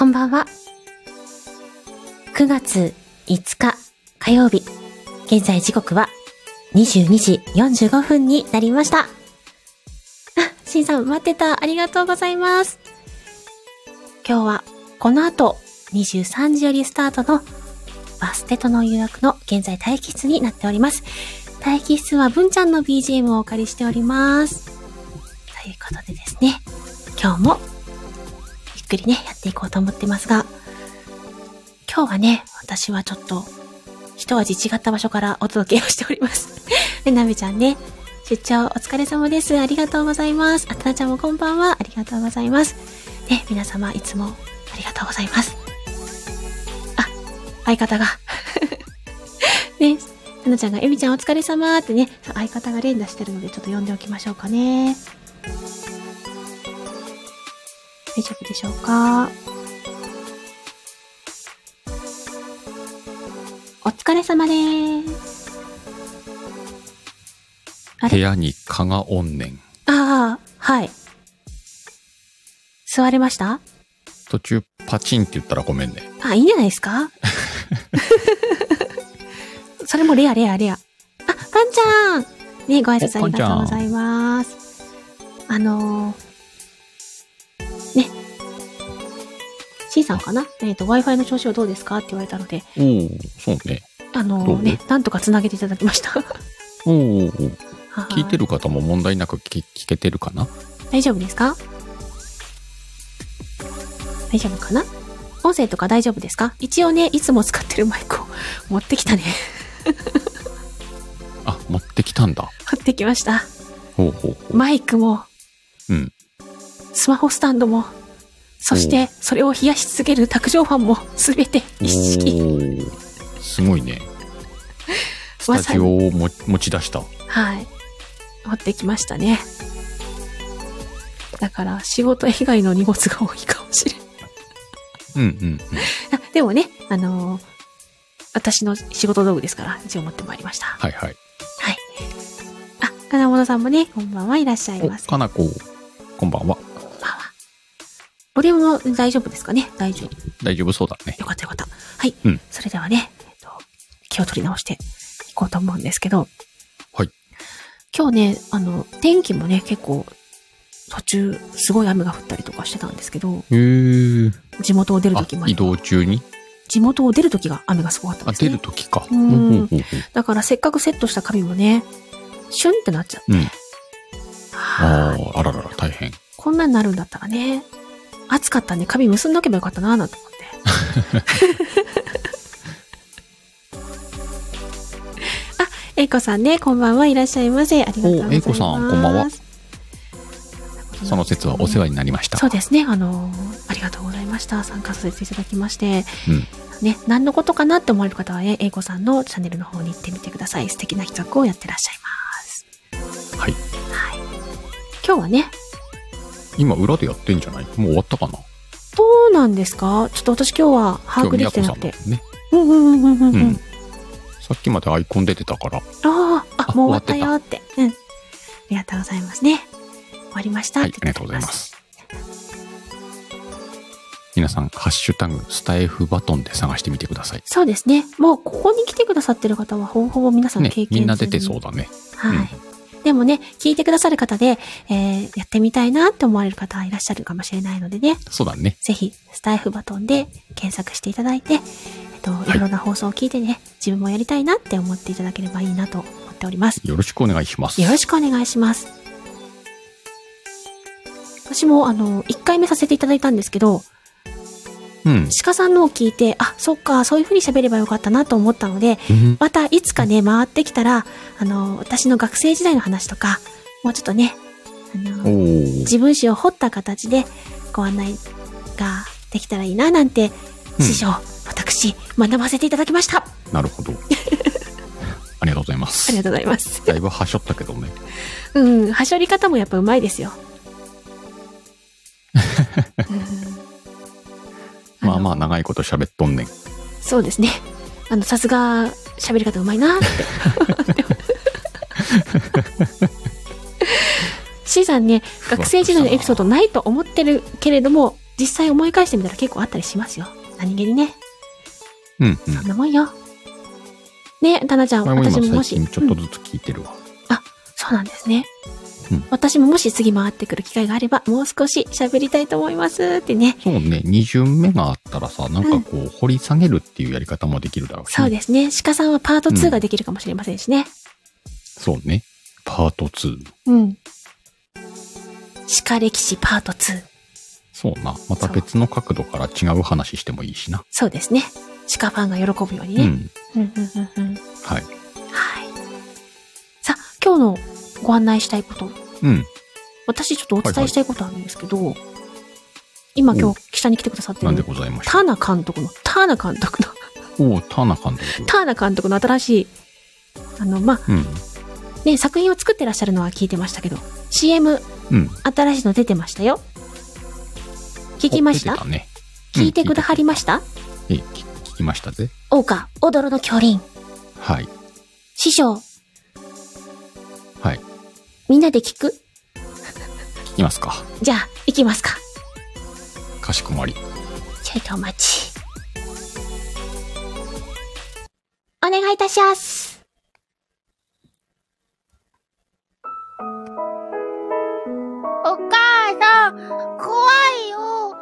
こんばんは。9月5日火曜日。現在時刻は22時45分になりました。しんさん待ってた。ありがとうございます。今日はこの後23時よりスタートのバステとの誘惑の現在待機室になっております。待機室は文ちゃんの BGM をお借りしております。ということでですね、今日もゆっくりねやっていこうと思ってますが、今日はね私はちょっと一味違った場所からお届けをしております。で、なべちゃんね、出張お疲れ様です。ありがとうございます。あたなちゃんもこんばんは。ありがとうございます。ね、皆様いつもありがとうございます。あ、相方がね、ななちゃんがエミちゃんお疲れ様ってね、相方が連打してるのでちょっと呼んでおきましょうかね。大丈夫でしょうか。お疲れ様です。 部屋に蚊がおんねん。 ああ、はい。座れました？ 途中パチンって言ったらごめんね。 あ、いいんじゃないですかそれもレア。あ、パンちゃんね、ご挨拶ありがとうございます。ね。C さんかなWi-Fi の調子はどうですかって言われたので。 おお、そうね。 ね、なんとかつなげていただきました。 おお、聞いてる方も問題なく聞けてるかな？ 大丈夫ですか？大丈夫かな？音声とか大丈夫ですか？一応ね、いつも使ってるマイクを持ってきたね。 あ、持ってきたんだ。 持ってきました。 ほうほうほう。 マイクも、 うん。 スマホスタンドも、そしてそれを冷やし続ける卓上ファンもすべて一式。 すごいね。スタジオを持ち出した。 はい。持ってきましたね。だから仕事以外の荷物が多いかもしれない。でもね、私の仕事道具ですから一応持ってまいりました。 はいはい。 はい。あ、金物さんもね、こんばんはいらっしゃいませ。 かなこ、こんばんは。 ボリュームも大丈夫ですかね？大丈夫そうだね。 よかった。はい。それではね、気を取り直していこうと思うんですけど。 はい。 今日ね、天気もね、結構、途中、すごい雨が降ったりとかしてたんですけど。地元を出るときまで。 移動中に？ 地元を出るときが雨がすごかったんですね。 出るときか。 だからせっかくセットした髪もね、シュンってなっちゃって。 あららら、大変。 こんなになるんだったらね、暑かったんで髪結んどけばよかったなぁなんて思って。あ、えいこさんね、こんばんはいらっしゃいませ。ありがとうございます。 えいこさん、こんばんは。その説はお世話になりました。 そうですね。ありがとうございました。参加させていただきまして。ね、何のことかなって思われる方はね、えいこさんのチャンネルの方に行ってみてください。素敵な企画をやってらっしゃいます。 はい。 今日はね、 今裏でやってんじゃない？もう終わったかな？ どうなんですか？ちょっと私今日は把握できてなくて。 ね。さっきまでアイコン出てたから。 もう終わったよって。ありがとうございますね。終わりました。 はい、ありがとうございます。皆さん、ハッシュタグ、スタイフバトンで探してみてください。 そうですね。もうここに来てくださってる方はほぼ皆さん経験済み、 みんな出てそうだね。 はい。でもね、聞いてくださる方で、やってみたいなって思われる方いらっしゃるかもしれないのでね。 そうだね。 ぜひ、スタイフバトンで検索していただいて、いろんな放送を聞いてね、自分もやりたいなって思っていただければいいなと思っております。 よろしくお願いします。 よろしくお願いします。私も1回目させていただいたんですけど、鹿さんのを聞いて、あ、そっか、そういう風に喋ればよかったなと思ったので、またいつかね、回ってきたら、私の学生時代の話とか、もうちょっとね、自分史を掘った形でご案内ができたらいいな、なんて、師匠、私、学ばせていただきました。 なるほど。ありがとうございます。 ありがとうございます。 だいぶはしょったけどね。 はしょり方もやっぱうまいですよ。 まあまあ長いこと喋っとんねん。 そうですね。さすが喋り方うまいなって。C さんね、学生時代のエピソードないと思ってるけれども、 実際思い返してみたら結構あったりしますよ。何気にね。 うんうん。 そんなもんよ。ね、タナちゃん、私ももし。 最近ちょっとずつ聞いてるわ。 あ、そうなんですね。 うん私ももし次回ってくる機会があれば、もう少し喋りたいと思いますってね。 そうね、2巡目があったらさ、なんかこう、掘り下げるっていうやり方もできるだろうし、ね。 そうですね。鹿さんはパート2ができるかもしれませんしね。 そうね。パート2。 うん。鹿歴史パート2。 そうな。また別の角度から違う話してもいいしな。 そうですね。鹿ファンが喜ぶようにね。 うん。 うんうんうんうん。 はい。 はい。さあ、今日のご案内したいこと。 うん。 私ちょっとお伝えしたいことあるんですけど、今日下に来てくださってなんでるございましたターナ監督のターナ監督。 ターナ監督の新しい、 うん。 ね、作品を作ってらっしゃるのは聞いてましたけど、CM、 うん。 新しいの出てましたよ。聞きました出てたね。 聞いてくだはりました、 聞きましたぜ。 大岡、踊の狂輪。 はい。 師匠、 はい。 みんなで聞く？ 聞きますか。 じゃあ、行きますか。 かしこまり。 ちょいとお待ち。お願いいたします。 お母さん、怖いよ。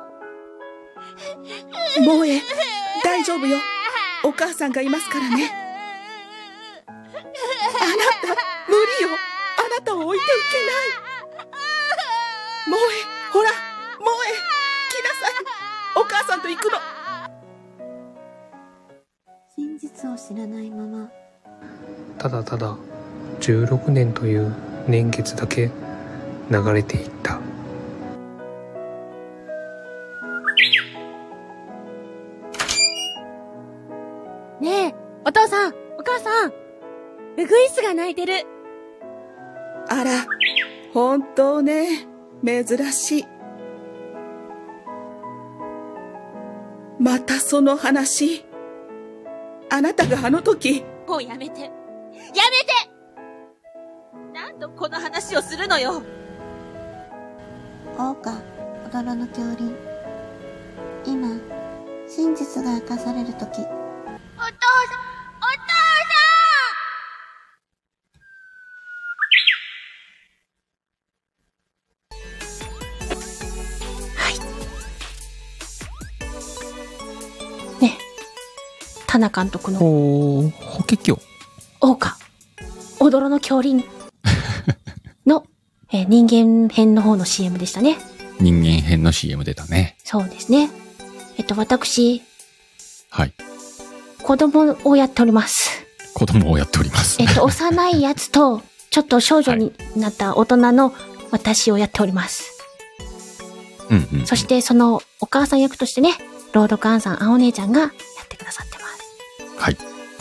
萌え、大丈夫よ。お母さんがいますからね。あなた、無理よ。あなたを置いていけない。萌え、ほら、萌え、来なさい。お母さんと行くの。 真実を知らないままただただ16年という年月だけ流れていった。 ねえ、お父さん、お母さん、ウグイスが鳴いてる。 あら、本当ね、珍しい。またその話。あなたがあの時。 もうやめて。やめて！何度この話をするのよ。 桜花踊の狂輪。今真実が明かされる時。 お父さん、お父さん！ ね、タナ監督の法華経。 大岡、踊の狂輪の、人間編の方の CM でしたね。 人間編の CM 出たね。 そうですね。私、 はい。 子供をやっております。 子供をやっております。 幼いやつと、ちょっと少女になった大人の私をやっております。 うんうん。 そしてそのお母さん役としてね、朗読アンさん、あお姉ちゃんがやってくださってます。 はい。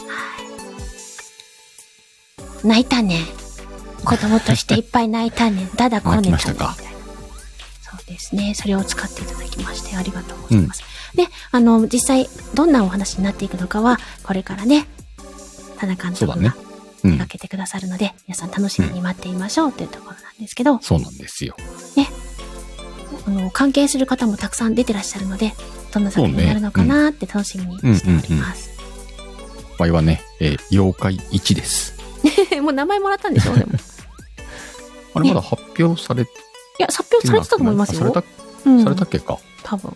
泣いたね。子供としていっぱい泣いたね。だだこねたね。みたいな。そうですね。それを使っていただきましてありがとうございます。で、実際どんなお話になっていくのかは、これからね、田中監督が手掛けてくださるので、皆さん楽しみに待っていましょうというところなんですけど。 そうなんですよ。 ね。関係する方もたくさん出てらっしゃるので、どんな作品になるのかなって楽しみにしております。 場合はね、妖怪1です。 もう名前もらったんでしょでも。 あれまだ発表されて、 いや、発表されてたと思いますよ。 されたっけか。 多分。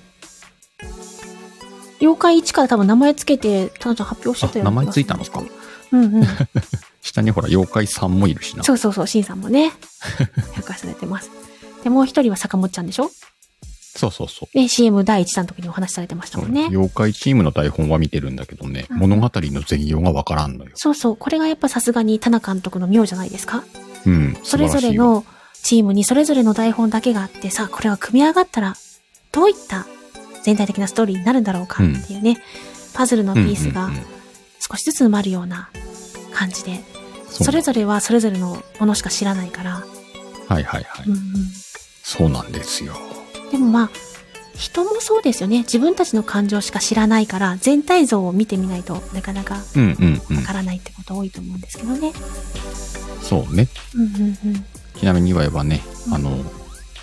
妖怪1から多分名前つけて、ただ発表してたよ。 名前ついたのか。 うんうん。 下にほら、妖怪さんもいるしな。 そうそうそう、シンさんもね。評価されてます。で、もう一人は坂本ちゃんでしょ。 そうそうそう。 ね、CM 第1弾の時にお話しされてましたもんね。 妖怪チームの台本は見てるんだけどね、物語の全容がわからんのよ。 そうそう。これがやっぱさすがに田中監督の妙じゃないですか。 うん。 それぞれのチームにそれぞれの台本だけがあって、さあ、これが組み上がったら、どういった全体的なストーリーになるんだろうかっていうね、パズルのピースが少しずつ埋まるような感じで、それぞれはそれぞれのものしか知らないから。 はいはいはい。そうなんですよ。 でもまあ、人もそうですよね。自分たちの感情しか知らないから、全体像を見てみないとなかなかわからないってこと多いと思うんですけどね。 そうね。ちなみに言えばね、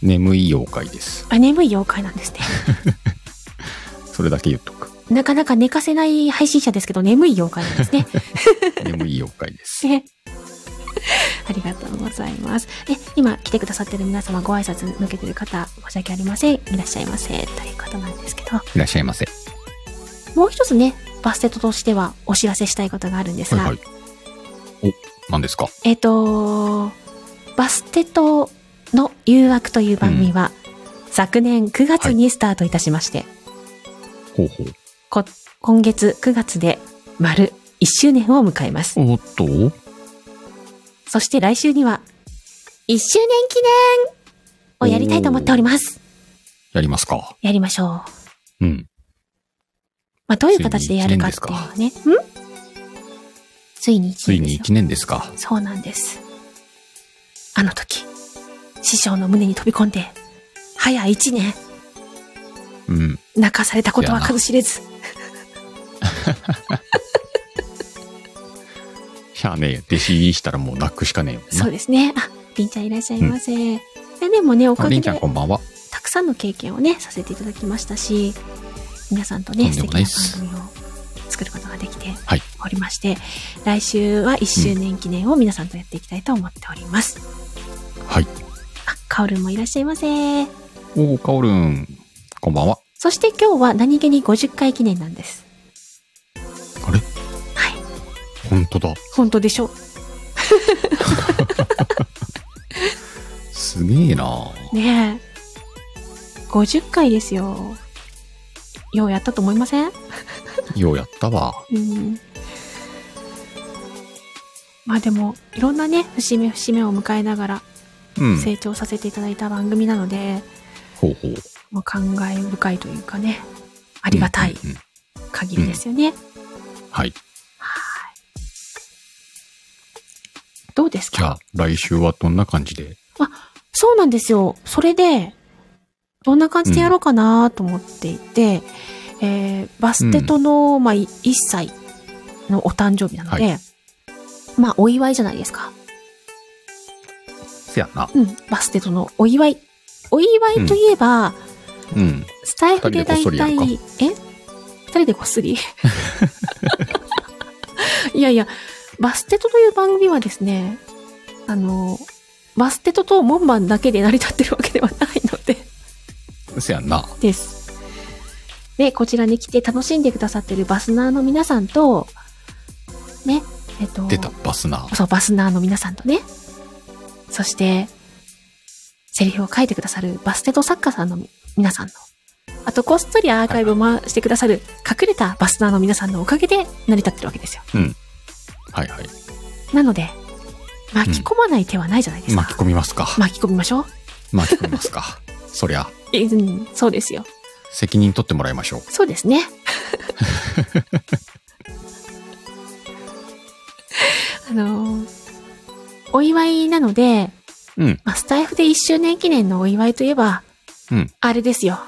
眠い妖怪です。 あ、眠い妖怪なんですね。 それだけ言っとく。 なかなか寝かせない配信者ですけど、眠い妖怪なんですね。 眠い妖怪です。 ありがとうございます。今来てくださってる皆様、ご挨拶抜けてる方、申し訳ありません。いらっしゃいませ。ということなんですけど。 いらっしゃいませ。 もう一つね、バステットとしてはお知らせしたいことがあるんですが。 はいはい。お、何ですか？ バステットの誘惑という番組は、昨年9月にスタートいたしまして。 ほうほう。 今月9月で丸1周年を迎えます。 おっと。 そして来週には1周年記念をやりたいと思っております。 やりますか。 やりましょう。うん。 まあ、どういう形でやるかっていうのはね。ついに1年ですよ。 ついに1年ですか。 そうなんです。あの時、師匠の胸に飛び込んで、早1年。 うん。 泣かされたことは数知れず。 しゃあねえ、弟子入りしたらもう泣くしかねえよ。 そうですね。あ、りんちゃんいらっしゃいませ。でもね、おかげで、 りんちゃんこんばんは。 たくさんの経験をね、させていただきましたし、皆さんとね、素敵な番組を作ることができておりまして、来週は1周年記念を皆さんとやっていきたいと思っております。 はい。 あ、かおるんもいらっしゃいませ。 おー、かおるん。こんばんは。 そして今日は何気に50回記念なんです。 あれ？ はい。 本当だ。 本当でしょ。 すげえな。 ねえ。50回ですよ。ようやったと思いません？ ようやったわ。 まあでも、いろんなね、節目節目を迎えながら、成長させていただいた番組なので、 ほうほう。 もう感慨深いというかね、ありがたい限りですよね。 はい。 どうですか？ じゃあ、来週はどんな感じで？ あ、そうなんですよ。それで、どんな感じでやろうかなと思っていて、バステトの、1歳のお誕生日なので、まあ、お祝いじゃないですか。 せやな。 バステトのお祝い。お祝いといえば、スタイフでだいたい、2人でこっそりいやいや、バステトという番組はですね、バステトと門番だけで成り立ってるわけではないので。 せやな。 です。で、こちらに来て楽しんでくださってるバスナーの皆さんと、ね、 出た、バスナー。 そう、バスナーの皆さんとね、そして、セリフを書いてくださるバステト作家さんの皆さんの、あとこっそりアーカイブを回してくださる隠れたバスナーの皆さんのおかげで成り立ってるわけですよ。 はいはい。 なので、巻き込まない手はないじゃないですか。 巻き込みますか。 巻き込みましょう。 巻き込みますか。そりゃ。 そうですよ。 責任取ってもらいましょう。 そうですね。お祝いなので、スタイフで1周年記念のお祝いといえば、あれですよ。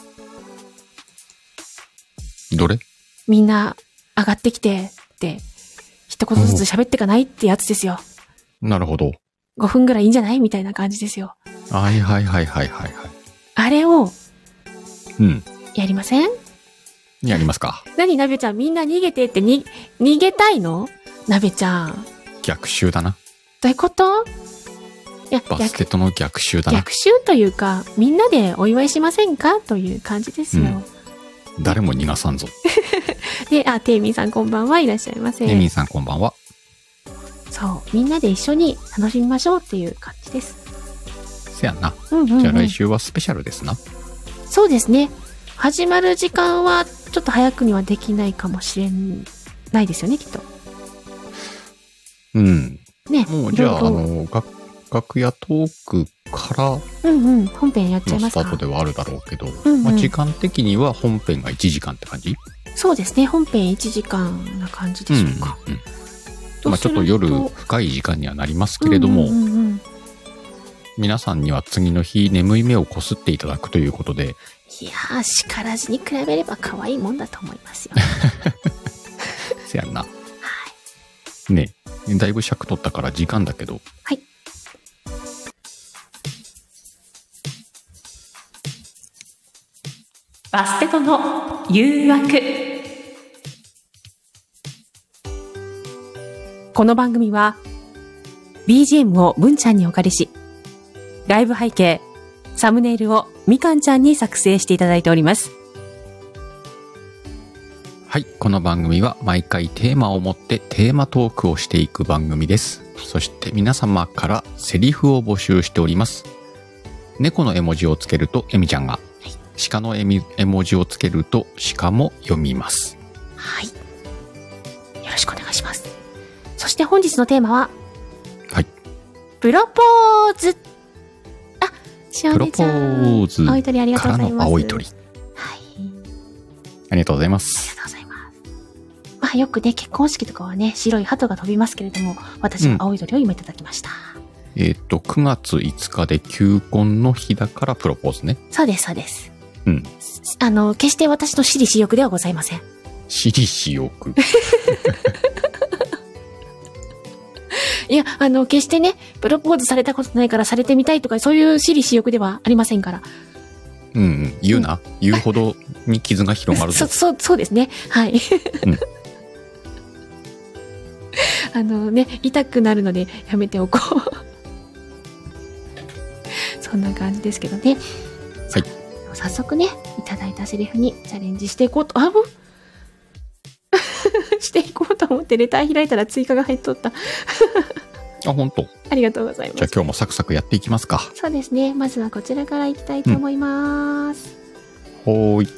どれ？ みんな上がってきてって一言ずつ喋ってかないってやつですよ。 なるほど。 5分ぐらいいいんじゃないみたいな感じですよ。 はいはいはいはいはい。 あれを、やりません？ やりますか。 何なべちゃんみんな逃げてって逃げたいの？なべちゃん。 逆襲だな。 どういうこと？いや、 バステトの逆襲だな。 逆襲というか、みんなでお祝いしませんかという感じですよ。 誰も逃がさんぞ。 で、テイミンさんこんばんはいらっしゃいませ。 テイミンさんこんばんは。 そう、みんなで一緒に楽しみましょうっていう感じです。 せやな。じゃあ来週はスペシャルですな。 そうですね。始まる時間はちょっと早くにはできないかもしれないですよね、きっと。ね。 もうじゃあ、楽屋トークから、 本編やっちゃいますか。 スタートではあるだろうけど、時間的には本編が1時間って感じ？ そうですね。本編1時間な感じでしょうか。 ちょっと夜深い時間にはなりますけれども、皆さんには次の日眠い目をこすっていただくということで。 いやー、しからじに比べれば可愛いもんだと思いますよ。 せやんな。はい。ね、だいぶ尺取ったから時間だけど。 はい。 バステとの誘惑。この番組は BGM を文ちゃんにお借りし、ライブ背景、サムネイルをみかんちゃんに作成していただいております。 はい、この番組は毎回テーマを持ってテーマトークをしていく番組です。そして皆様からセリフを募集しております。猫の絵文字をつけるとエミちゃんが、鹿の絵文字をつけると鹿も読みます。 はい。よろしくお願いします。そして本日のテーマは、 はい。 プロポーズ。あ、しおねちゃん。 プロポーズ青い鳥ありがとうございます。 からの青い鳥。 はい。 ありがとうございます。 ありがとうございます。まあよくね、結婚式とかはね、白い鳩が飛びますけれども、私は青い鳥を今いただきました。 9月5日で求婚の日だからプロポーズね。 そうです、そうです。 うん。 決して私の私利私欲ではございません。 私利私欲。 いや、決してね、プロポーズされたことないからされてみたいとか、そういう私利私欲ではありませんから。 うん、言うな。言うほどに傷が広がるぞ。 そうですね。はい。うん、ね、痛くなるのでやめておこう。そんな感じですけどね。 はい。 早速ね、いただいたセリフにチャレンジしていこうと、していこうと思ってレター開いたら追加が入っとった。 あ、本当。 ありがとうございます。 じゃあ今日もサクサクやっていきますか。 そうですね。まずはこちらからいきたいと思います。 ほーい。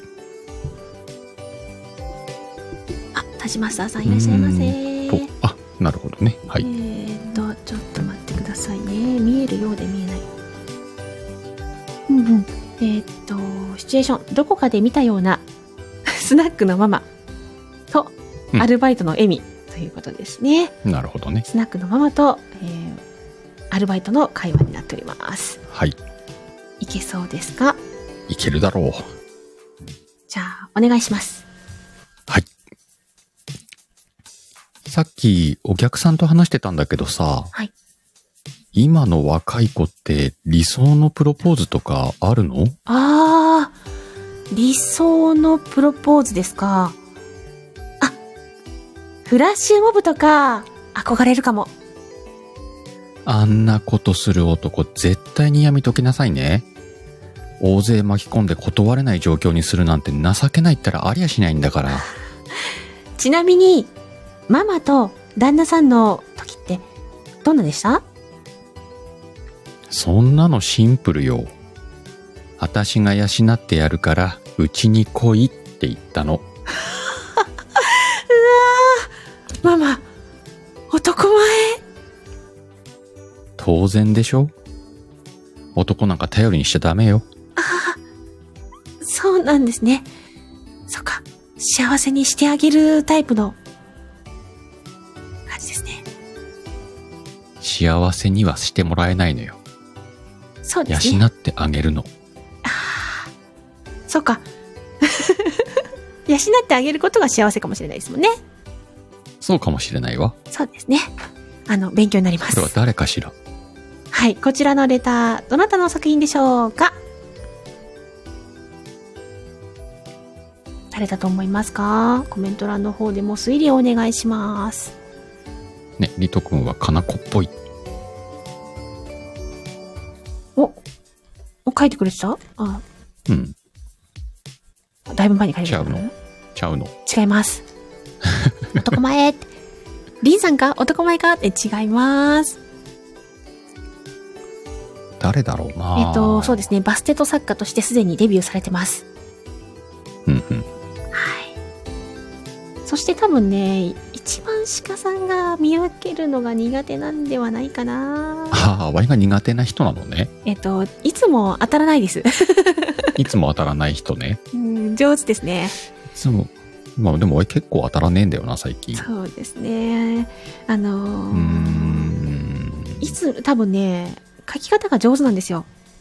あ、田島さんいらっしゃいませ。 あ、なるほどね。はい。 ちょっと待ってくださいね。見えるようで見えない。シチュエーション、どこかで見たようなスナックのママとアルバイトのエミということですね。 なるほどね。 スナックのママと、アルバイトの会話になっております。 はい。 いけそうですか？ いけるだろう。 じゃあ、お願いします。 はい。さっきお客さんと話してたんだけどさ、 はい。 今の若い子って理想のプロポーズとかあるの？ 理想のプロポーズですか。あ、フラッシュモブとか憧れるかも。 あんなことする男絶対にやめときなさいね。大勢巻き込んで断れない状況にするなんて情けないったらありゃしないんだから。 ちなみにママと旦那さんの時ってどんなでした？ そんなのシンプルよ。私が養ってやるからうちに来いって言ったの。うわー、ママ男前。 当然でしょ。男なんか頼りにしちゃダメよ。 そうなんですね。そっか、幸せにしてあげるタイプの感じですね。 幸せにはしてもらえないのよ。 そうですね。 養ってあげるの。 そっか。養ってあげることが幸せかもしれないですもんね。 そうかもしれないわ。 そうですね。勉強になります。 これは誰かしら。 はい、こちらのレター、どなたの作品でしょうか？誰だと思いますか？コメント欄の方でも推理をお願いします。 ね、リト君はかなこっぽい。 書いてくれてた？ うん。 だいぶ前に書いてくれた。 ちゃうの。 違います。男前って。リンさんか？男前か？って違います。 誰だろうな。 そうですね。バステット作家としてすでにデビューされてます。 はい。 そして多分ね、一番鹿さんが見分けるのが苦手なんではないかな。 ワイが苦手な人なのね。 いつも当たらないです。 いつも当たらない人ね。 上手ですね。 いつも、まあでもワイ結構当たらねえんだよな、最近。 そうですね。いつ、多分ね、書き方が上手なんですよ。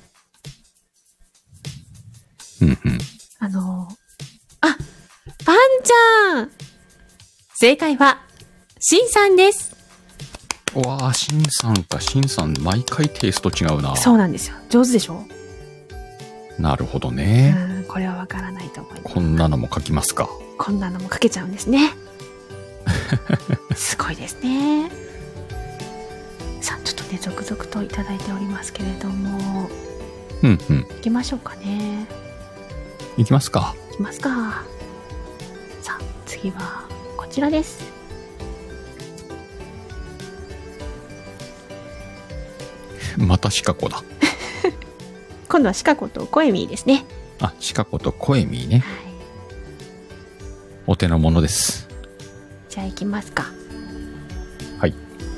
パンちゃん！正解は、シンさんです。 わあ、シンさんか。シンさん、毎回テイスト違うな。 そうなんですよ。上手でしょ？ なるほどね。 これはわからないと思います。 こんなのも書きますか。 こんなのも書けちゃうんですね。すごいですね。さあ、ちょっとね、続々といただいておりますけれども、 うんうん。 行きましょうかね。 いきますか。 行きますか。さあ、次はこちらです。 またシカゴだ。 今度はシカゴとコエミーですね。 あ、シカゴとコエミーね。 はい。 お手の物です。 じゃあ行きますか。 はい。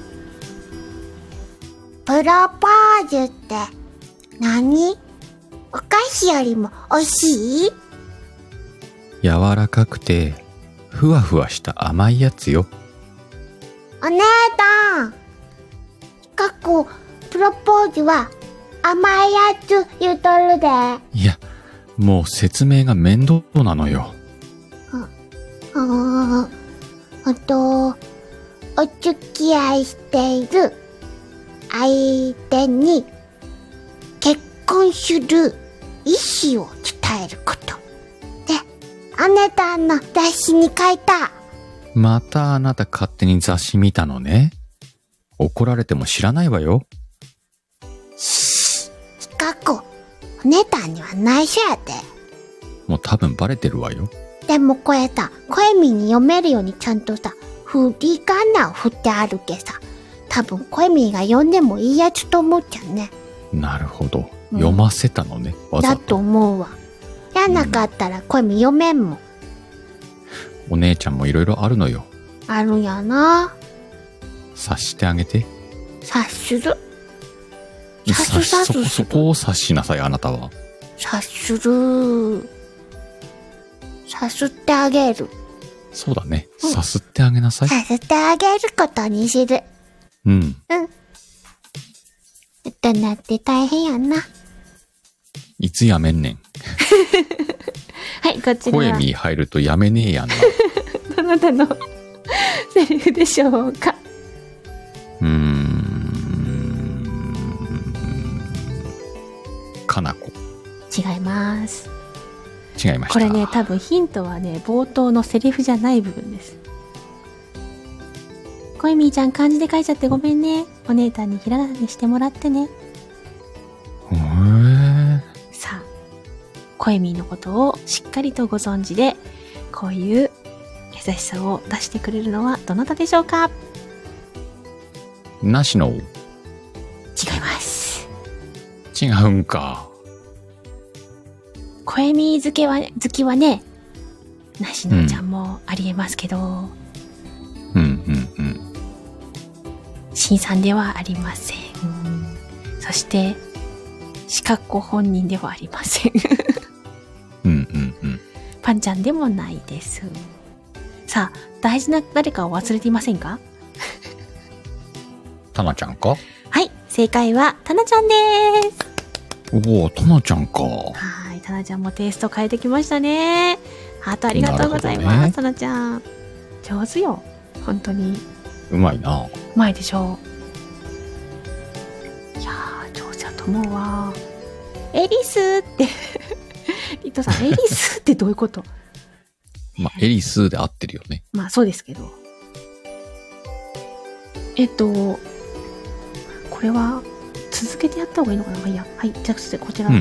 プロポーズって何？お菓子よりも美味しい？ 柔らかくて、ふわふわした甘いやつよ。 お姉さん、過去プロポーズは甘いやつ言うとるで。 いや、もう説明が面倒なのよ。 お付き合いしている相手に結婚する意思を伝えること。で、あなたの雑誌に書いた。 またあなた勝手に雑誌見たのね。怒られても知らないわよ。 過去、お姉たんには内緒やで。 もう多分バレてるわよ。 でもこれさ、声見に読めるようにちゃんとさ、振り仮名を振ってあるけさ、多分声見が読んでもいいやつと思っちゃうね。 なるほど。読ませたのね、わざだとと。 思うわ。やなかったら声見読めんもん。 お姉ちゃんもいろいろあるのよ。 あるんやな。 察してあげて。 察する。察すそこそこを察しなさい、あなたは。 察する。察してあげる。 そうだね。さすってあげなさい。 察してあげることにする。 うん。 大人って大変やな。 いつやめんねん。 はい、こちら声はに入るとやめねえやんな。 どなたのセリフでしょうか。 かなこ。 違います。 違いました。 これね、多分ヒントはね、冒頭のセリフじゃない部分です。こいみーちゃん漢字で書いちゃってごめんね。お姉たんにひらがなにしてもらってね。 へー。 さあ、こいみーのことをしっかりとご存知で、こういう優しさを出してくれるのはどなたでしょうか？ なしの。 違います。 違うんか。 こえみー好きはね、なしのちゃんもありえますけど、 うんうんうん。 しんさんではありません。そして、しかっこ本人ではありません。 うんうんうん。 パンちゃんでもないです。さあ、大事な誰かを忘れていませんか？ たなちゃんか？ はい、正解はたなちゃんです。 おお、たなちゃんか。 はい、たなちゃんもテイスト変えてきましたね。ハートありがとうございます、 なるほどねたなちゃん。上手よ。本当に。 うまいな。 うまいでしょう。いやー、上手だと思うわ。エリスってリットさん、エリスってどういうこと？ まあ、エリスで合ってるよね。 まあそうですけど。これは続けてやった方がいいのかな？まあいいや。はい、じゃあこちら。 うん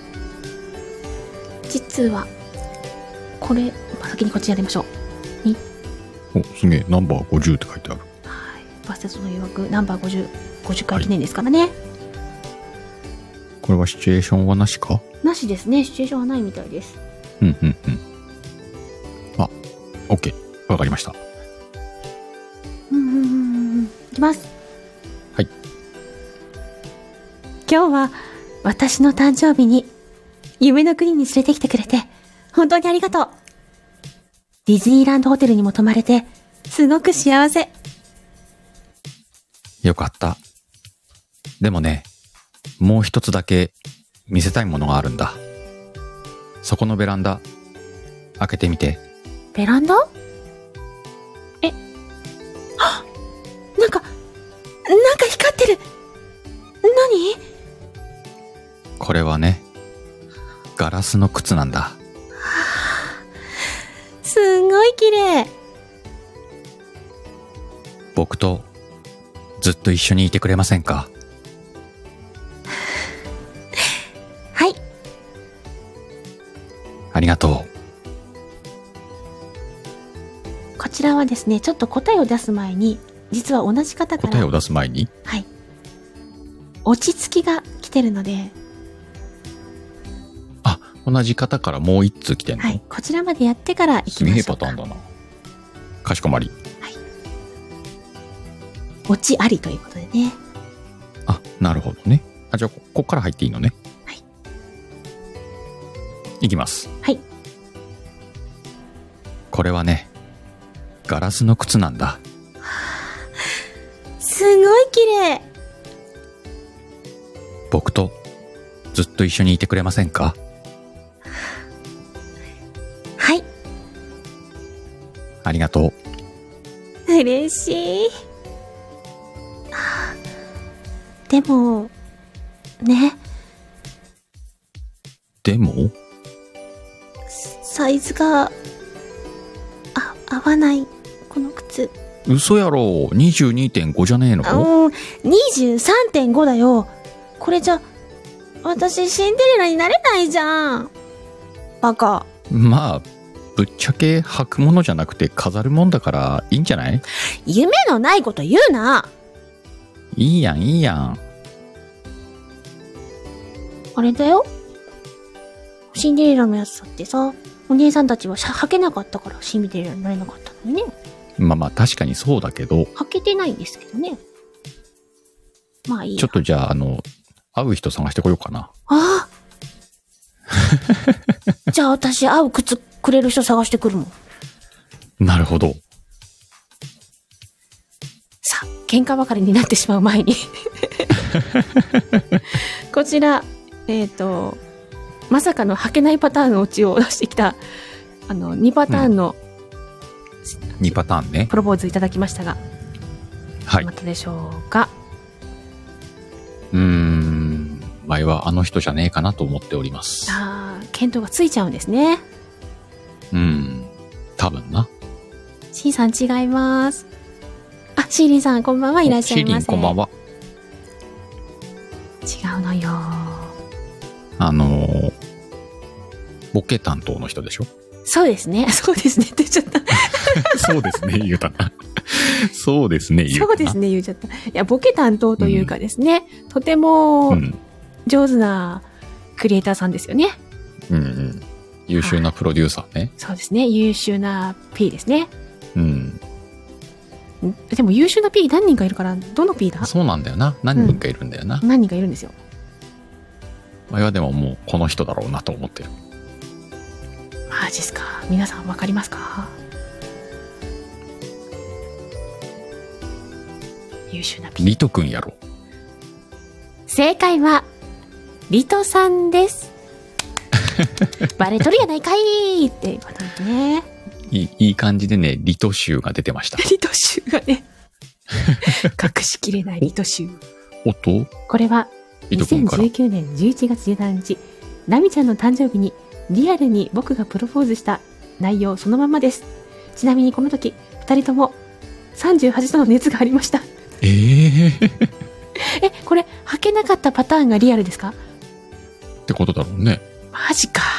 実は、これ、先にこっちやりましょう。 お、すげえ。ナンバー50って書いてある。 はい。バステツの誘惑、ナンバー50回記念ですからね。 これはシチュエーションはなしか？ なしですね。シチュエーションはないみたいです。 うんうんうん。あ、OK。わかりました。 いきます。 はい。 今日は私の誕生日に夢の国に連れてきてくれて本当にありがとう。ディズニーランドホテルにも泊まれてすごく幸せ。 よかった。でもね、もう一つだけ見せたいものがあるんだ。そこのベランダ、開けてみて。 ベランダ？なんか光ってる。何？ これはね、 ガラスの靴なんだ。 すんごい綺麗。 僕とずっと一緒にいてくれませんか？ はい。 ありがとこちらはですね、ちょっと答えを出す前に、実は同じ方う。 から、 答えを出す前に、 はい。落ち着きが来てるので、 あ、同じ方からもう一通来てんの？ はい。こちらまでやってから行きすげえましょうか。 パターンだな。かしこまり。 落ちありということでね。 あ、なるほどね。あ、じゃあこっから入っていいのね。 はい。 いきます。 はい。 これはね、ガラスの靴なんだ。 すごい綺麗。 僕とずっと一緒にいてくれませんか？ はい。 ありがとう。 嬉しい。でも、ね、 でも、 サイズが、合わない、この靴。 嘘やろ。22.5 じゃねえの？ 23.5 だよ。これじゃ、私シンデレラになれないじゃん。バカ。 まあ、ぶっちゃけ履くものじゃなくて飾るもんだからいいんじゃない？ 夢のないこと言うな。 いいやん、いいやん。 あれだよ。シンデレラのやつだってさ、お姉さんたちは履けなかったからシンデレラになれなかったのにね。 まあまあ確かにそうだけど、 履けてないんですけどね。まあいいや。 ちょっとじゃあ会う人探してこようかな。 ああじゃあ私合う靴くれる人探してくるもん。 なるほど。 さあ、喧嘩ばかりになってしまう前にこちら、まさかの履けないパターンのオチを出してきた、2パターンの 2パターンね。 プロポーズいただきましたが、 はいま。たでしょうか。 前はあの人じゃねえかなと思っております。 ああ、見当がついちゃうんですね。 多分な。 シーさん違います。あ、シーリンさんこんばんはいらっしゃいませ。 シーリンこんばんは。 違うのよ。 ボケ担当の人でしょ？ そうですね。そうですねって言っちゃった。 そうですね、言うたな。そうですね、言うたな。 そうですね、言っちゃった。いや、ボケ担当というかですね、とても上手なクリエイターさんですよね。 優秀なプロデューサーね。 そうですね、優秀な P ですね。 うん。 でも優秀な P 何人かいるから、どの P だ？ そうなんだよな。何人かいるんだよな。 何人かいるんですよ。 前はでももうこの人だろうなと思ってる。 マジっすか。皆さんわかりますか？優秀な P。 リトくんやろ。 正解は、リトさんです。バレとるやないかいっていうことですね。 いい感じでね、リト臭が出てました。 リト臭がね。隠しきれないリト臭。 おっと？ これは、 リトくんから。 2019年11月17日、ナミちゃんの誕生日にリアルに僕がプロポーズした内容そのままです。ちなみにこの時、2人とも38度の熱がありました。これ、履けなかったパターンがリアルですか？ ってことだろうね。 マジか。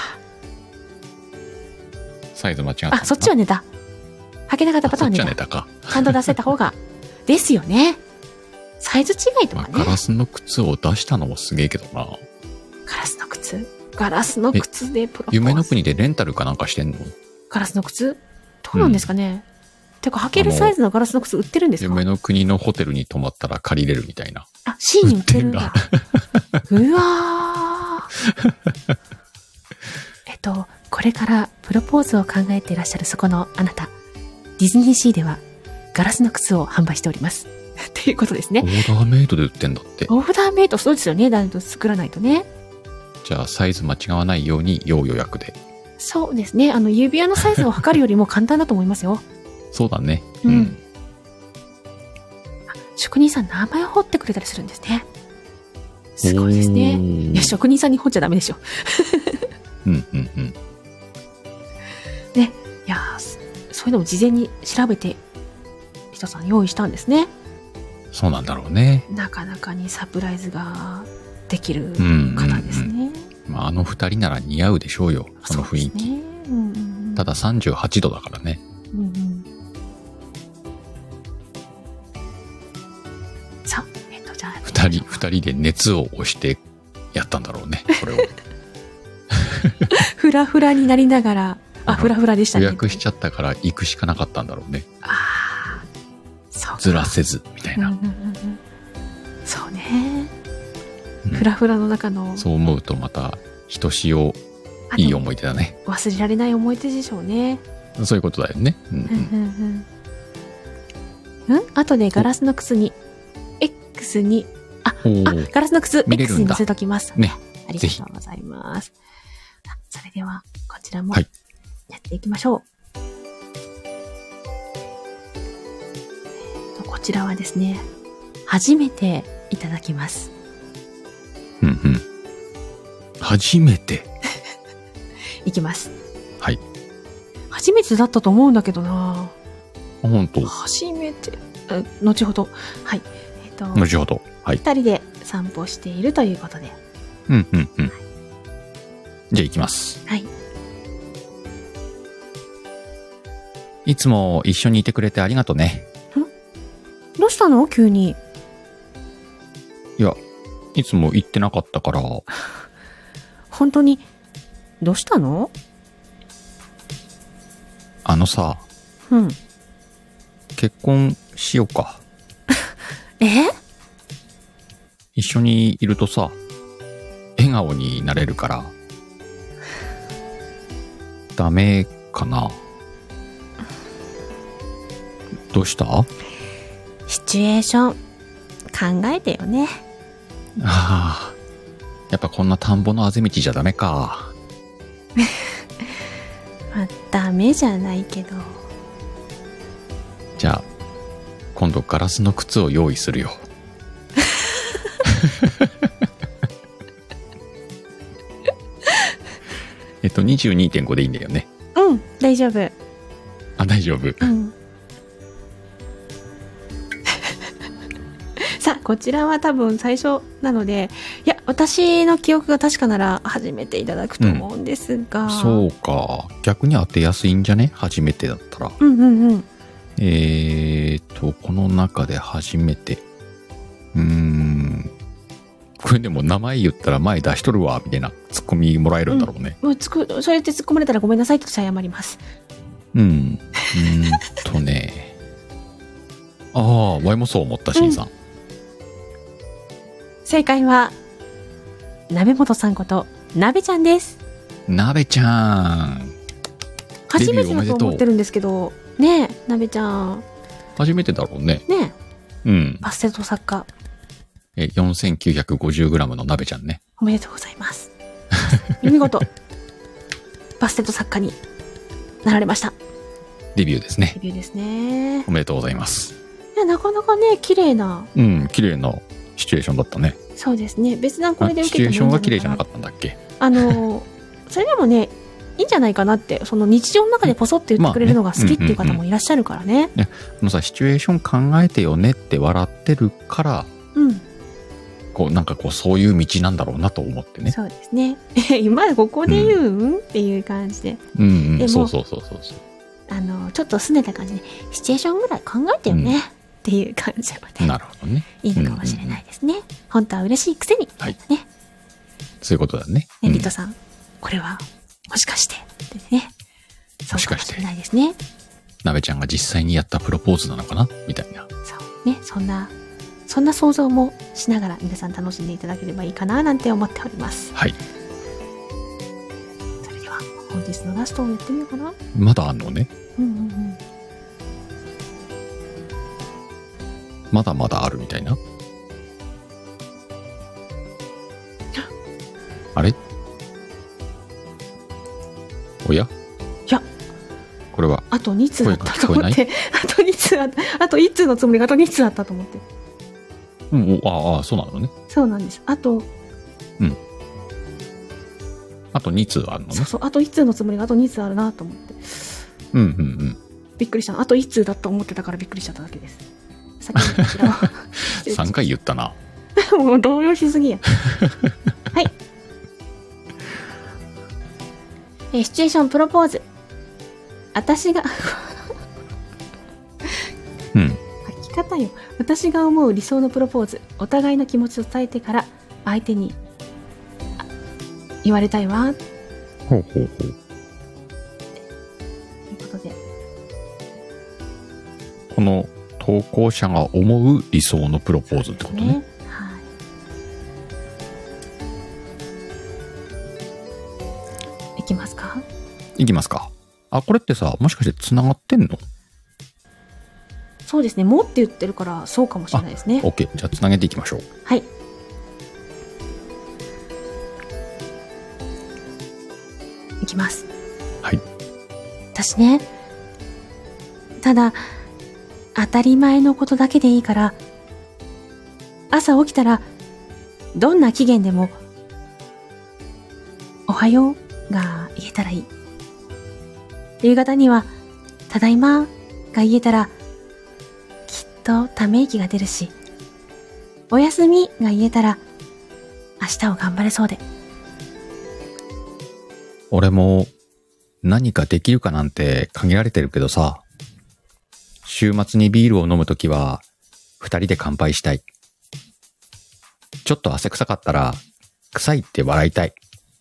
サイズ間違った。 あ、そっちはネタ。履けなかったパターンはネタ。 そっちはネタか。 ちゃんと出せた方が、ですよね。サイズ違いとかね。 ガラスの靴を出したのもすげえけどな。 ガラスの靴。ガラスの靴でプロポーズ。 夢の国でレンタルかなんかしてんの？ ガラスの靴？どうなんですかね。てか、履けるサイズのガラスの靴売ってるんですか？ 夢の国のホテルに泊まったら借りれるみたいな。 あ、シーンに売ってるんだ。うわー。これからプロポーズを考えていらっしゃるそこのあなた。ディズニーシーではガラスの靴を販売しております。っていうことですね。 オーダーメイドで売ってんだって。 オーダーメイド、そうですよね。だと作らないとね。 じゃあサイズ間違わないように要予約で。 そうですね。指輪のサイズを測るよりも簡単だと思いますよ。 そうだね。 職人さん名前を彫ってくれたりするんですね。すごいですね。いや、職人さんに彫っちゃダメでしょ。 うんうんうん。 ね。いやー、そういうのも事前に調べて、人さん用意したんですね。 そうなんだろうね。 なかなかにサプライズができるうん方ですね。 まあ、あの二人なら似合うでしょうよ。その雰囲気。 そうですね。うんうんうん、 ただ38度だからね。 うんうん、さあ、じゃあ。 二人で熱を押してやったんだろうね。これを。 フラフラになりながら、フラフラでしたね。 予約しちゃったから行くしかなかったんだろうね。 ああ、そうか。 ずらせず、みたいな。 うんうんうんうん、そうね。フラフラの中の。 そう思うとまた、ひとしお、いい思い出だね。 忘れられない思い出でしょうね。 そういうことだよね。うんうん。 後でガラスの靴に、X に、ガラスの靴、X に載せときます。 ね。 ありがとうございます。それでは、こちらも、やっていきましょう。こちらはですね、初めていただきます。 うんうん。初めていきます。 はい。 初めてだったと思うんだけどな。 本当。 初めて。後ほど。はい。 後ほど。はい。 二人で散歩しているということで。 うんうんうん。じゃあ行きます。 はい。 いつも一緒にいてくれてありがとね。 どうしたの急に。 いや、いつも言ってなかったから。 本当に、どうしたの？ あのさ。 うん。 結婚しようか。一緒にいるとさ、笑顔になれるから。ダメかな？どうした？ シチュエーション考えてよね。 ああ、やっぱこんな田んぼのあぜ道じゃダメか。 まあ、ダメじゃないけど。 じゃあ今度ガラスの靴を用意するよ。22.5 でいいんだよね。 うん、大丈夫。 あ、大丈夫。 うん。さあ、こちらは多分最初なので、いや、私の記憶が確かなら初めていただくと思うんですが。 そうか。逆に当てやすいんじゃね？初めてだったら。 うんうんうん。 この中で初めて。これでも名前言ったら前出しとるわ、みたいなツッコミもらえるんだろうね。 もうそれで突っ込まれたらごめんなさいと謝ります。 ね。わいもそう思った、しんさん。 正解は、鍋本さんこと、鍋ちゃんです。 鍋ちゃん。 初めてだと思ってるんですけど、ねえ、鍋ちゃん。 初めてだろうね。 ねえ。うん。 パステルト作家。 4950g の鍋ちゃんね。 おめでとうございます。見事、パステルト作家になられました。 デビューですね。 デビューですね。 おめでとうございます。 いや、なかなかね、綺麗な。 綺麗なシチュエーションだったね。 そうですね。別段これで受けてもいいんじゃないかな。 シチュエーションが綺麗じゃなかったんだっけ？ それでもね、いいんじゃないかなって、その日常の中でポソって言ってくれるのが好きっていう方もいらっしゃるからね。 さ、シチュエーション考えてよねって笑ってるから、そういう道なんだろうなと思ってね。 そうですね。今ここで言っていう感じで。 そう。 ちょっと拗ねた感じで、シチュエーションぐらい考えてよねっていう感じで、 なるほどね。 いいのかもしれないですね。本当は嬉しいくせに。 はい。そういうことだね。 リトさん、これは、もしかしてってね。 もしかして。 そうかもしれないですね。 鍋ちゃんが実際にやったプロポーズなのかなみたいな。 そうね、そんな想像もしながら皆さん楽しんでいただければいいかななんて思っております。 はい。 それでは本日のラストをやってみようかな。 まだあんのね。まだまだあるみたいな。あれ？おや？ いや、 これはあと2通だったと思って、あと1通のつもりがあと2通だったと思って。 そうなのね。 そうなんです。あとあと2通あるのね。 そうそう、あと1通のつもりがあと2通あるなと思って。 うんうんうん。 びっくりした。あと1通だと思ってたからびっくりしちゃっただけです。先にこちらを。 3回言ったな。 もう動揺しすぎや。はい。シチュエーションプロポーズ。私がうん。 書き方よ。私が思う理想のプロポーズ。お互いの気持ちを伝えてから相手に言われたいわ。 ほうほうほう。 ということで。 この投稿者が思う理想のプロポーズってことね。 はい。いきますか？ いきますか。あ、これってさ、もしかして繋がってんの？ そうですね。もって言ってるからそうかもしれないですね。 OK。じゃあ繋げていきましょう。 はい。いきます。 はい。 私ね、ただ当たり前のことだけでいいから、朝起きたらどんな期限でもおはようが言えたらいい。夕方にはただいまが言えたらきっとため息が出るし、おやすみが言えたら明日を頑張れそうで。 俺も何かできるかなんて限られてるけどさ、週末にビールを飲むときは二人で乾杯したい。ちょっと汗臭かったら臭いって笑いたい。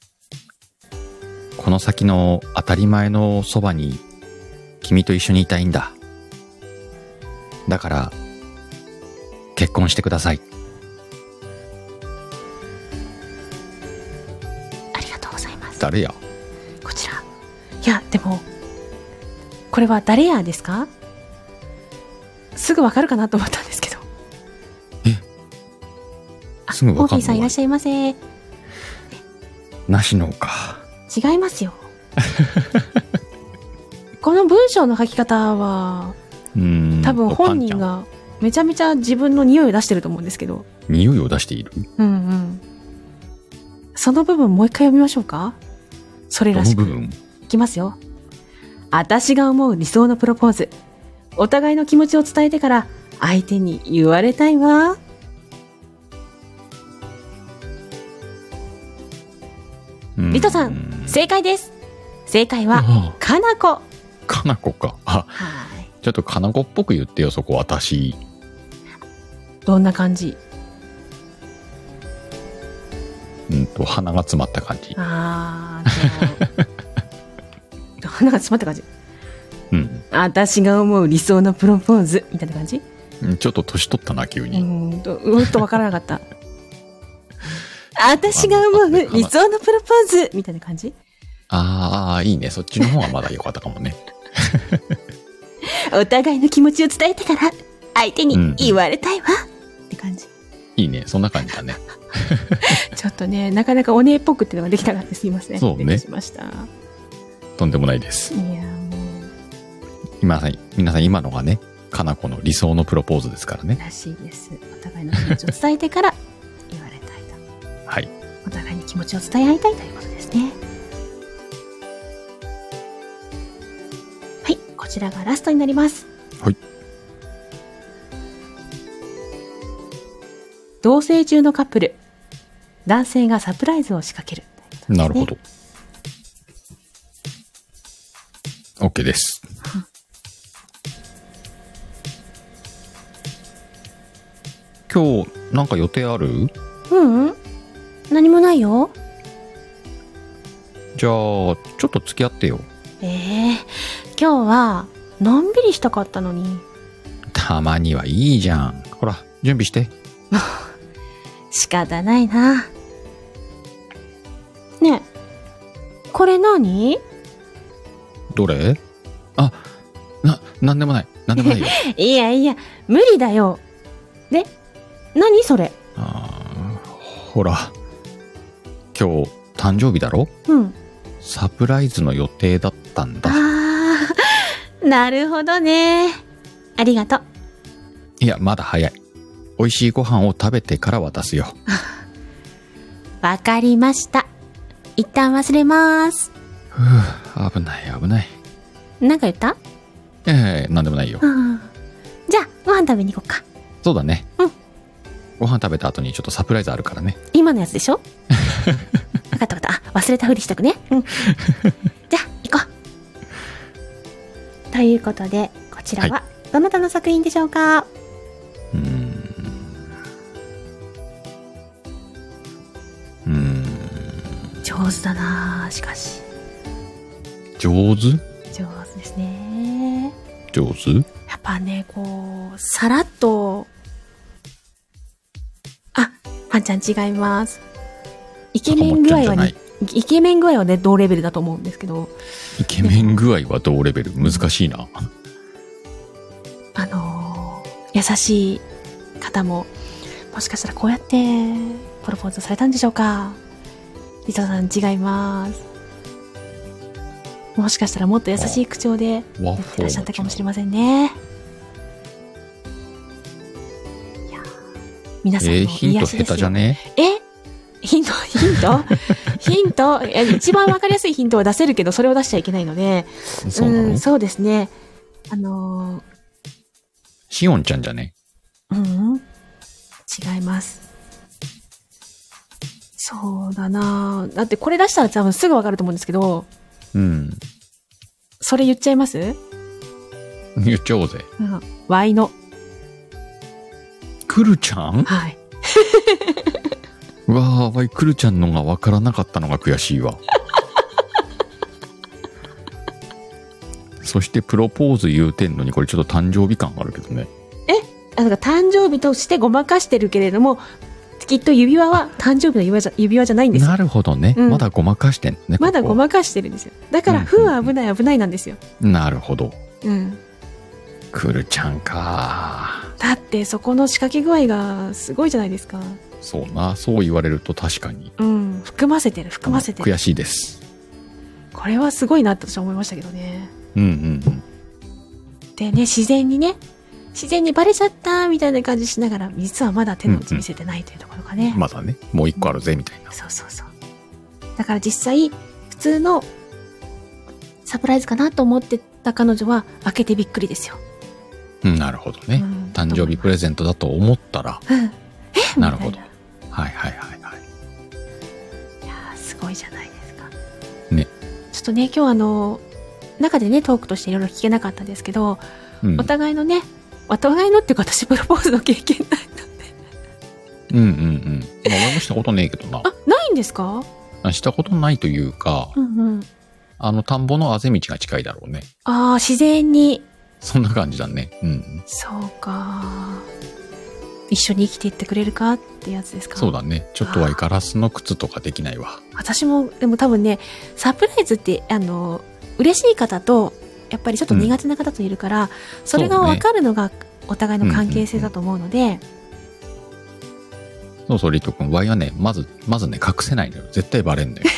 この先の当たり前のそばに君と一緒にいたいんだ。だから結婚してください。 ありがとうございます。 誰や？ こちら。いや、でもこれは誰やですか？すぐわかるかなと思ったんですけど。 すぐわかんの？ オーフィーさんいらっしゃいませ。 なしのか。 違いますよ。この文章の書き方は多分本人がめちゃめちゃ自分の匂いを出してると思うんですけど。 匂いを出している？ うんうん。その部分もう一回読みましょうか。それらしく。 どの部分？ いきますよ。私が思う理想のプロポーズ。お互いの気持ちを伝えてから相手に言われたいわ。リトさん、正解です。正解はかなこ。 かなこか。あ、はい。ちょっとかなこっぽく言ってよ、そこ私。 どんな感じ？ 鼻が詰まった感じ。 鼻が詰まった感じ。 うん。 私が思う理想のプロポーズみたいな感じ？ ちょっと年取ったな、急に。 うっとわからなかった。私が思う理想のプロポーズみたいな感じ？ ああ、いいね。そっちの方がまだ良かったかもね。 お互いの気持ちを伝えてから相手に言われたいわ、って感じ。 いいね。そんな感じだね。 ちょっとね、なかなかお姉っぽくっていうのができなかった。すいません。 そうね。 しました。 とんでもないです。 いや、もう。 皆さん今のがね、かなこの理想のプロポーズですからね。 らしいです。お互いの気持ちを伝えてから言われたいと。 はい。 お互いに気持ちを伝え合いたいということですね。はい、こちらがラストになります。 はい。 同棲中のカップル、男性がサプライズを仕掛ける、ね。 なるほど。OK です。今日なんか予定ある？ 何もないよ。 じゃあちょっと付き合ってよ。 今日はのんびりしたかったのに。 たまにはいいじゃん。ほら準備して。 仕方ないな。ねえ、これ何？ どれ？あ、なんでもない。なんでもないよ。 いや、無理だよ。で、何それ？ ほら、今日誕生日だろ？ うん。 サプライズの予定だったんだ。 なるほどね。ありがとう。 いや、まだ早い。美味しいご飯を食べてから渡すよ。 わかりました。 一旦忘れます。 ふぅ、危ない危ない。 なんか言った？ なんでもないよ。 じゃあ、ご飯食べに行こうか。 そうだね。 うん。 ご飯食べた後にちょっとサプライズあるからね。 今のやつでしょ？分かった分かった。忘れたふりしとくね。うん。じゃあ、行こう。ということで、こちらは、どなたの作品でしょうか？上手だなぁ、しかし。 上手ですね。 上手？ やっぱね、こう、さらっと、あ、パンちゃん違います。イケメン具合はね、イケメン具合はね、同レベルだと思うんですけど。 イケメン具合は同レベル？難しいな。 優しい方も、もしかしたらこうやってプロポーズされたんでしょうか。リトさん違います。もしかしたらもっと優しい口調で言ってらっしゃったかもしれませんね。いや、皆さんのヒント下手じゃね？ ヒント一番わかりやすいヒントは出せるけど、それを出しちゃいけないので。 そうなの？ そうですね。 しおんちゃんじゃね？ 違います。そうだなぁ。だってこれ出したら多分すぐわかると思うんですけど。それ言っちゃいます？ 言っちゃおうぜ。 ワイの。 くるちゃん？ はい。 うわー、ワイくるちゃんのがわからなかったのが悔しいわ。そしてプロポーズ言うてんのにこれちょっと誕生日感あるけどね。 なんか誕生日としてごまかしてるけれども、きっと指輪は誕生日の指輪じゃないんですよ。 なるほどね。まだごまかしてんのね。 まだごまかしてるんですよ。だから、ふは危ない危ないなんですよ。 なるほど。 うん。 くるちゃんか。 だってそこの仕掛け具合がすごいじゃないですか。 そうな。そう言われると確かに。 含ませてる。 悔しいです。 これはすごいなって私は思いましたけどね。でね、自然にバレちゃったみたいな感じしながら、実はまだ手の内見せてないというところがね。 まだね、もう一個あるぜみたいな。 そう。だから実際、普通のサプライズかなと思ってた彼女は、開けてびっくりですよ。 なるほどね。誕生日プレゼントだと思ったら。なるほど。はい。いやー、すごいじゃないですか。 ね。 ちょっとね、今日中でね、トークとしていろいろ聞けなかったんですけど、お互いのね、お互いのっていうか私プロポーズの経験ないので。 俺もしたことねえけどな。 ないんですか？ したことないというか、田んぼのあぜ道が近いだろうね。 自然に。 そんな感じだね。 そうか。一緒に生きていってくれるかってやつですか？ そうだね。ちょっとはガラスの靴とかできないわ。 私も、でも多分ね、サプライズって、嬉しい方と、やっぱりちょっと苦手な方といるから、それが分かるのがお互いの関係性だと思うので。 そう、リト君。ワイはね、まずね、隠せないのよ。絶対バレんのよ。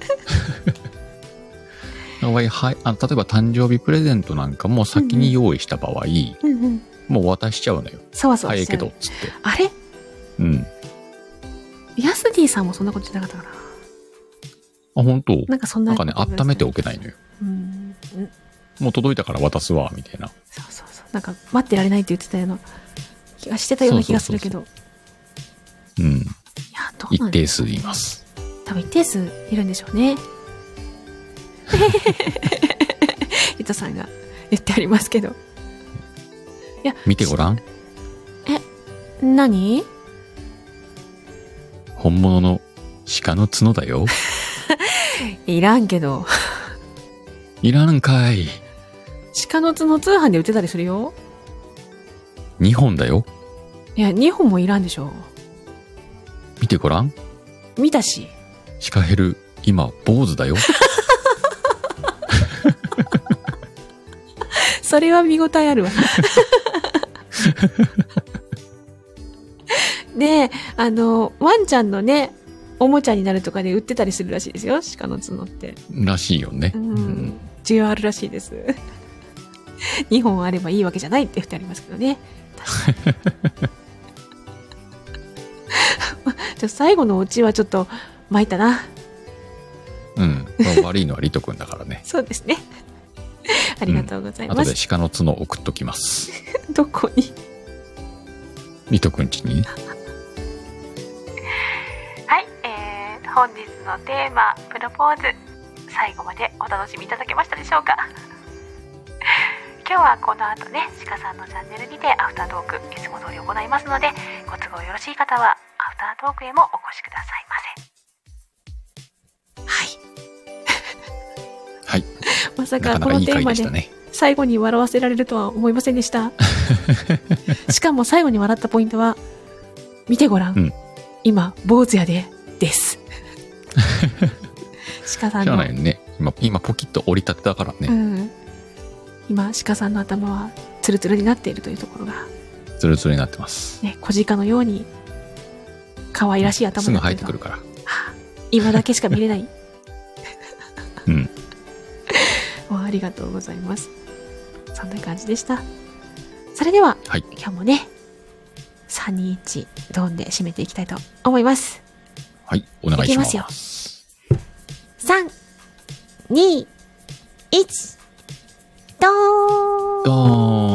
ワイ、例えば誕生日プレゼントなんかも先に用意した場合、もう渡しちゃうのよ。 そう。 早いけど、つって。 あれ？ヤスディさんもそんなこと言ってなかったかな。 本当？ なんかそんな。 なんかね、温めておけないのよ。もう届いたから渡すわ、みたいな。 そう。なんか、待ってられないって言ってたような気がしてたような気がするけど。いや、どうなん一定数います。 多分一定数いるんでしょうね。ゆとさんが言ってありますけど。いや、 見てごらん。 何？ 本物の鹿の角だよ。 いらんけど。 いらんかい。 鹿の角通販で売ってたりするよ。 2本だよ。 いや、2本もいらんでしょ。 見てごらん。 見たし。 シカヘル、今、坊主だよ。 それは見応えあるわ。で、ワンちゃんのね、おもちゃになるとかで売ってたりするらしいですよ、鹿の角って。 らしいよね。 需要あるらしいです。2本あればいいわけじゃないって2人ありますけどね。最後のオチはちょっと参ったな。 うん。悪いのはリト君だからね。 そうですね。ありがとうございます。 後で鹿の角を送っときます。 どこに？ リト君家にね。 はい、本日のテーマ、プロポーズ、最後までお楽しみいただけましたでしょうか？今日はこの後ね、鹿さんのチャンネルにてアフタートークいつも通り行いますので、ご都合よろしい方はアフタートークへもお越しくださいませ。はい。 はい。 まさかなかなかいいこのテーマで回でしたね。 最後に笑わせられるとは思いませんでした。しかも最後に笑ったポイントは、見てごらん。 うん、 今、坊主やで、です。鹿さんの。 知らないよね。今ポキッと折り立てたからね。 うん。今、鹿さんの頭はツルツルになっているというところが。 ツルツルになってます。 ね、小鹿のように、可愛らしい頭すぐになっている生えてくるから。 はあ、今だけしか見れない。 うん。 もうありがとうございます。そんな感じでした。それでは、 はい、 今日もね、321ドンで締めていきたいと思います。 はい、お願いします。 いきますよ。3、2、1、ドーン。 ドーン。